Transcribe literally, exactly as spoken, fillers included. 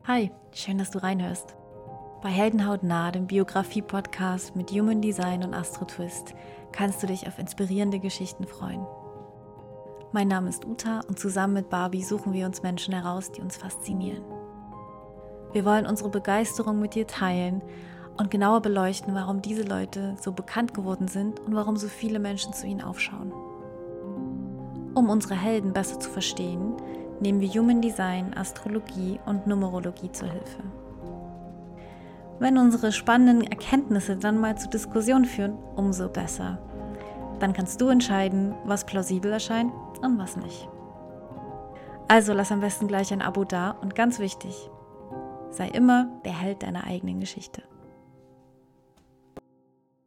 Hi, schön, dass du reinhörst. Bei Heldenhaut nah, dem Biografie-Podcast mit Human Design und Astro Twist, kannst du dich auf inspirierende Geschichten freuen. Mein Name ist Uta und zusammen mit Barbie suchen wir uns Menschen heraus, die uns faszinieren. Wir wollen unsere Begeisterung mit dir teilen und genauer beleuchten, warum diese Leute so bekannt geworden sind und warum so viele Menschen zu ihnen aufschauen. Um unsere Helden besser zu verstehen, nehmen wir Human Design, Astrologie und Numerologie zur Hilfe. Wenn unsere spannenden Erkenntnisse dann mal zu Diskussionen führen, umso besser. Dann kannst du entscheiden, was plausibel erscheint und was nicht. Also lass am besten gleich ein Abo da und ganz wichtig, sei immer der Held deiner eigenen Geschichte.